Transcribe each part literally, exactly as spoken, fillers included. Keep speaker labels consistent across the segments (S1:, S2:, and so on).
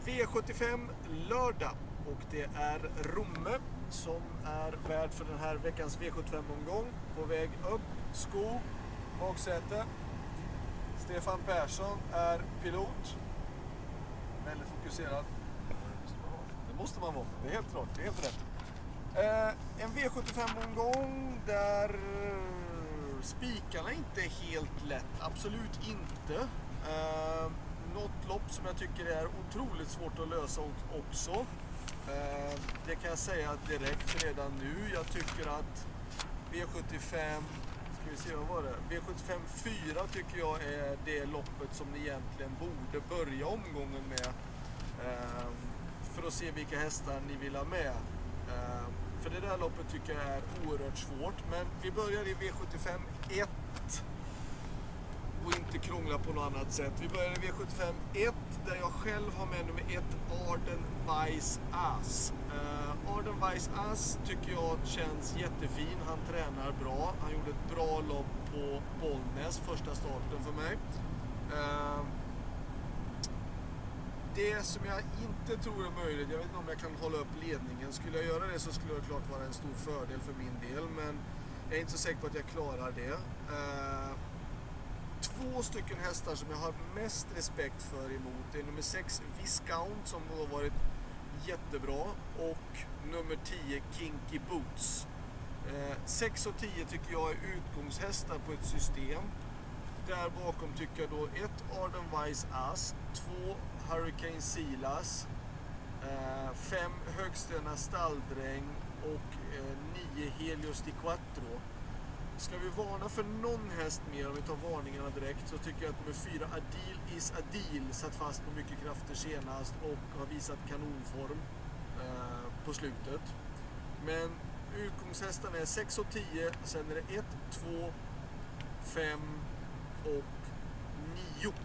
S1: V sjuttiofem lördag och det är Romme som är värd för den här veckans V sjuttiofem-omgång. På väg upp, skog, baksäte. Stefan Persson är pilot. Väldigt fokuserad. Det måste man vara. Det är helt klart. Det är helt rätt. Eh, en V sjuttiofem-omgång där spikarna inte är helt lätt. Absolut inte. Eh, något lopp som jag tycker är otroligt svårt att lösa också. Eh, det kan jag säga direkt redan nu. Jag tycker att V sjuttiofem... Ska vi se, vad var det? V sjuttiofem fyra tycker jag är det loppet som ni egentligen borde börja omgången med. Eh, för att se vilka hästar ni vill ha med. Eh, för det där loppet tycker jag är oerhört svårt. Men vi börjar i V sjuttiofem ett. Och inte krångla på något annat sätt. Vi börjar i V sjuttiofem ett där jag själv har med nummer ett, Arden Weiss Ass. Uh, Arden Weiss Ass tycker jag känns jättefin. Han tränar bra. Han gjorde ett bra lopp på Bollnäs, första starten för mig. Uh, det som jag inte tror är möjligt, jag vet inte om jag kan hålla upp ledningen. Skulle jag göra det så skulle det klart vara en stor fördel för min del. Men jag är inte så säker på att jag klarar det. Uh, Två stycken hästar som jag har mest respekt för emot är nummer sex Viscount som har varit jättebra och nummer tio Kinky Boots. Eh, sex och tio tycker jag är utgångshästar på ett system. Där bakom tycker jag då ett Arden Weiss Ass, två Hurricane Silas, eh, fem Högstena Stalldräng och eh, nio Helios Di Quattro. Ska vi varna för någon häst mer, om vi tar varningarna direkt, så tycker jag att nummer fyra Adil is Adil satt fast på mycket krafter senast och har visat kanonform eh, på slutet. Men utgångshästarna är sex och tio, sen är det ett, två, fem och nio.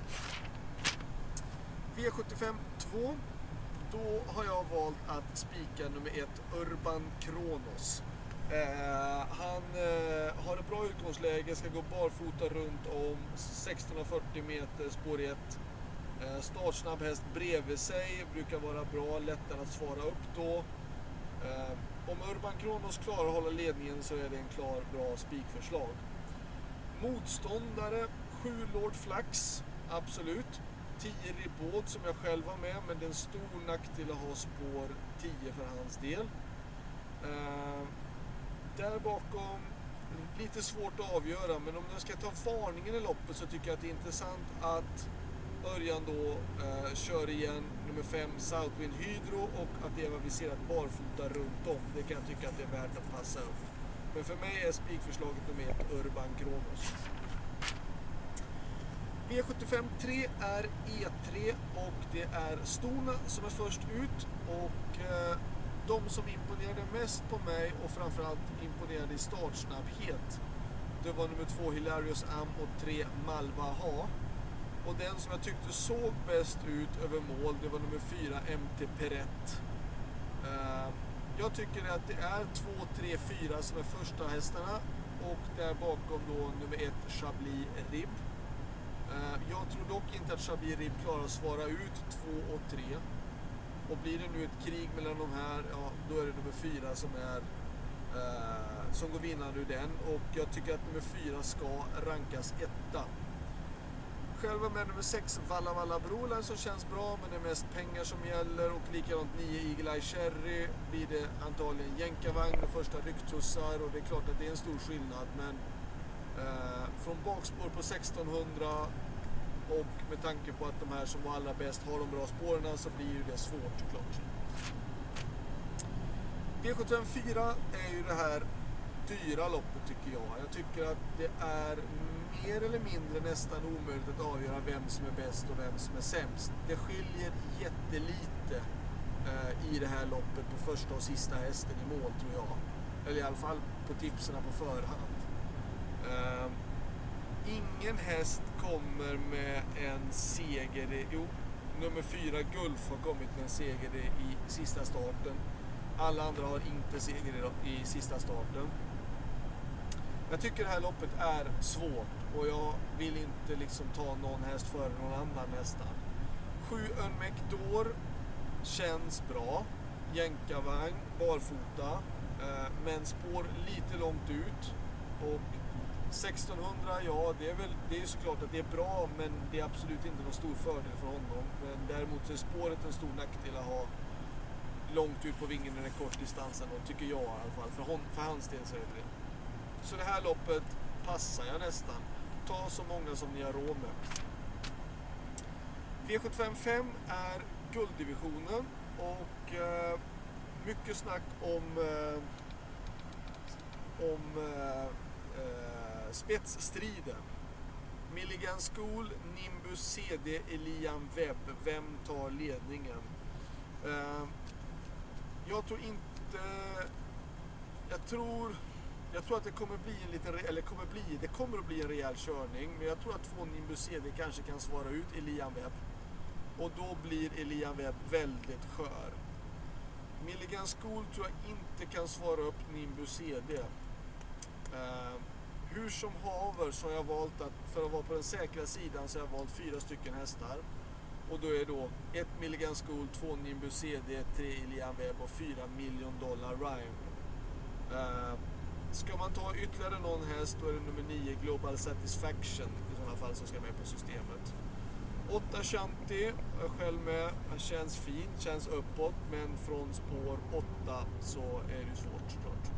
S1: V sjuttiofem två, då har jag valt att spika nummer ett Urban Kronos. Uh, han uh, har ett bra utgångsläge, ska gå barfota runt om sexton fyrtio meter, spår ett. Uh, startsnabb häst bredvid sig, brukar vara bra, lättare att svara upp då. Uh, om Urban Kronos klarar att hålla ledningen så är det en klar bra spikförslag. Motståndare, sju Lord Flax, absolut. tio Ribot som jag själv var med, men det är en stor nackdel att ha spår tio för hans del. Uh, Där bakom, lite svårt att avgöra, men om jag ska ta varningen i loppet så tycker jag att det är intressant att Örjan då eh, kör igen nummer fem Southwind Hydro och att det är aviserat barfota runt om. Det kan jag tycka att det är värt att passa upp. Men för mig är spikförslaget nummer ett Urban Kronos. V sjuttiofem tre är E tre och det är Stona som är först ut och eh, de som imponerade mest på mig och framförallt imponerade i startsnabbhet, det var nummer två Hilarious Am och tre Malva Ha. Och den som jag tyckte såg bäst ut över mål, det var nummer fyra M T Perret. Uh, jag tycker att det är två, tre, fyra som är första hästarna och där bakom då nummer ett Chablis Rib. Uh, jag tror dock inte att Chablis Rib klarar att svara ut två och tre. Och blir det nu ett krig mellan de här, ja, då är det nummer fyra som är eh, som går vinnande ur den. Och jag tycker att nummer fyra ska rankas etta. Själva med nummer sex Valla Valla Broland som känns bra, men det är mest pengar som gäller. Och likadant nio Eagle Eye Cherry blir det antagligen jänkarvagn och första rycktussar. Och det är klart att det är en stor skillnad. Men eh, från bakspår på sextonhundra och med tanke på att de här som var allra bäst har de bra spåren så blir ju det svårt såklart. V sjuttiofem fyra är ju det här dyra loppet tycker jag. Jag tycker att det är mer eller mindre nästan omöjligt att avgöra vem som är bäst och vem som är sämst. Det skiljer jättelite eh, i det här loppet på första och sista hästen i mål tror jag. Eller i alla fall på tipserna på förhand. Eh, ingen häst kommer med en seger. I, jo, nummer fyra Gulf har kommit med en seger i, i sista starten. Alla andra har inte seger i, i sista starten. Jag tycker det här loppet är svårt och jag vill inte liksom ta någon häst före någon annan nästan. Sju Unmec Dor känns bra. Jänkarvagn, barfota, eh, men spår lite långt ut. Och sextonhundra, ja det är väl, det är ju såklart att det är bra, men det är absolut inte någon stor fördel för honom. Men däremot så är spåret en stor nackdel att ha långt ut på vingen i den kort distansen, och tycker jag i alla fall. För, hon, för hans del så är det det. Så det här loppet passar jag nästan. Ta så många som ni har råd med. V sjuttiofem fem är gulddivisionen och eh, mycket snack om eh, om eh, eh, spetsstriden. Milligan School, Nimbus C D, Elian Webb. Vem tar ledningen? Eh, jag tror inte... Jag tror... Jag tror att det kommer bli en liten... Eller kommer bli... Det kommer att bli en rejäl körning. Men jag tror att två Nimbus C D kanske kan svara ut Elian Webb. Och då blir Elian Webb väldigt skör. Milligan School tror jag inte kan svara upp Nimbus C D. Uh, hur som haver så har jag valt att, för att vara på den säkra sidan, så har jag valt fyra stycken hästar. Och då är då ett Milligan School, två Nimbus C D, tre Elian Webb och fyra Million Dollar Rhyme. Uh, ska man ta ytterligare någon häst, då är det nummer nio Global Satisfaction i sådana fall som ska med på systemet. åtta Shanti, jag själv med, känns fint, känns uppåt, men från spår åtta så är det svårt såklart.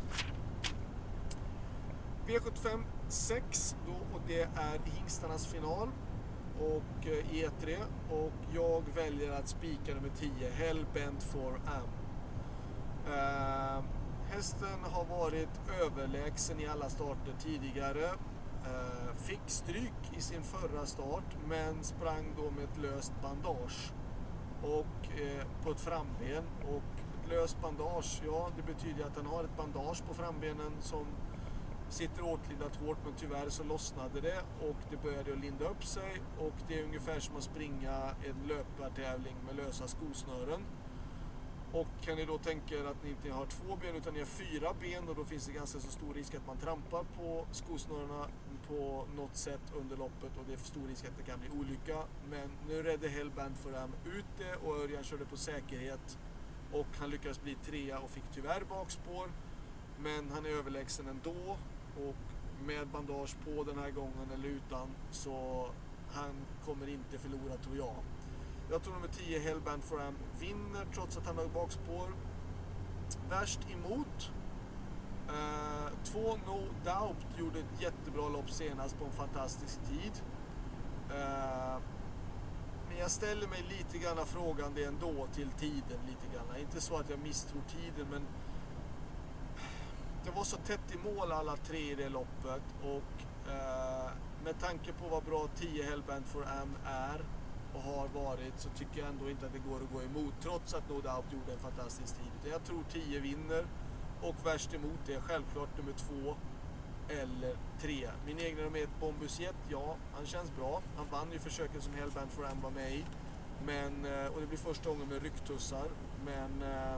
S1: V sjuttiofem sex då, och det är hingstarnas final och E tre, och jag väljer att spika nummer tio Hellbent for Am. Uh, hästen har varit överlägsen i alla starter tidigare. Uh, fick stryk i sin förra start, men sprang då med ett löst bandage och uh, på ett framben. Och ett löst bandage, ja, det betyder att han har ett bandage på frambenen som sitter åtlindat hårt, men tyvärr så lossnade det och det började att linda upp sig, och det är ungefär som att springa en löpartävling med lösa skosnören. Och kan ni då tänka er att ni inte har två ben utan ni har fyra ben, och då finns det ganska så stor risk att man trampar på skosnörena på något sätt under loppet, och det är för stor risk att det kan bli olycka. Men nu redde Hellbent for Am ut det, och Örjan körde på säkerhet och han lyckades bli trea och fick tyvärr bakspår, men han är överlägsen ändå, och med bandage på den här gången eller utan, så han kommer inte förlora, tror jag. Jag tror nummer tio Hellbent for Am vinner trots att han har bakspår. Värst emot uh, två No Doubt gjorde ett jättebra lopp senast på en fantastisk tid. Uh, men jag ställer mig lite grann frågan det ändå till tiden lite grann. Inte så att jag misstror tiden, men det var så tätt i mål alla tre i det loppet, och uh, med tanke på vad bra tio Hellbent for Am är och har varit, så tycker jag ändå inte att det går att gå emot, trots att No Doubt gjorde en fantastisk tid. Jag tror tio vinner, och värst emot är självklart nummer två eller tre. Min egen nummer ett Bombus-Jet, ja, han känns bra. Han vann ju försöken som Hellbent for Am var med i, men, och det blir första gången med rycktussar, men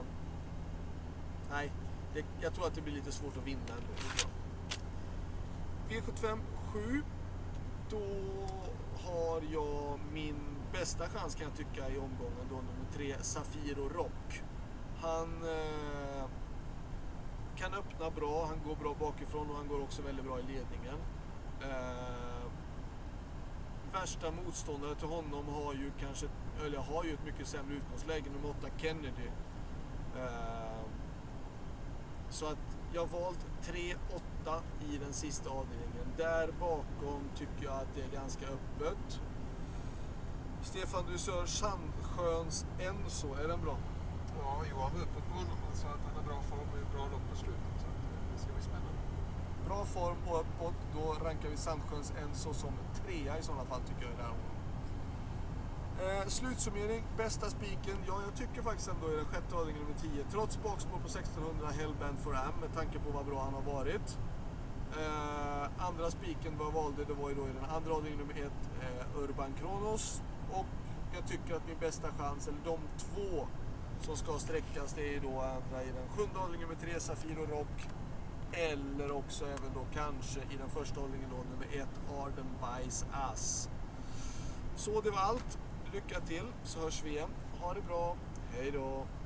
S1: nej, det, jag tror att det blir lite svårt att vinna ändå. V sjuttiofem sju, då har jag min bästa chans, kan jag tycka, i omgången då, nummer tre Safiro Rock. Han eh, kan öppna bra, han går bra bakifrån och han går också väldigt bra i ledningen. Eh, värsta motståndare till honom har ju kanske, eller har ju ett mycket sämre utgångsläge, nummer åtta Kennedy. Eh, så att jag har valt tre åtta i den sista avdelningen. Där bakom tycker jag att det är ganska öppet. Stefan, du kör Sandsjöns Enso, är den bra?
S2: Ja, Johan var uppe på honom, så att han har bra form och bra lopp på slutet, så att det ska bli spännande.
S1: Bra form och uppåt, då rankar vi Sandsjöns Enso som trea i sådana fall, tycker jag. Där. Eh, slutsummering, bästa spiken, ja, jag tycker faktiskt ändå i den sjätte avdelningen nummer tio, trots bakspår på sextonhundra Hellbent for Am, med tanke på vad bra han har varit. Eh, andra spiken vad jag valde, det var ju då i den andra avdelningen nummer ett eh, Urban Kronos, och jag tycker att min bästa chans, eller de två som ska sträckas, det är då andra i den sjunde avdelningen nummer tre Safiro Rock, eller också även då kanske i den första avdelningen då nummer ett Arden Vice Ass. Så det var allt. Lycka till, så hörs vi igen. Ha det bra. Hej då!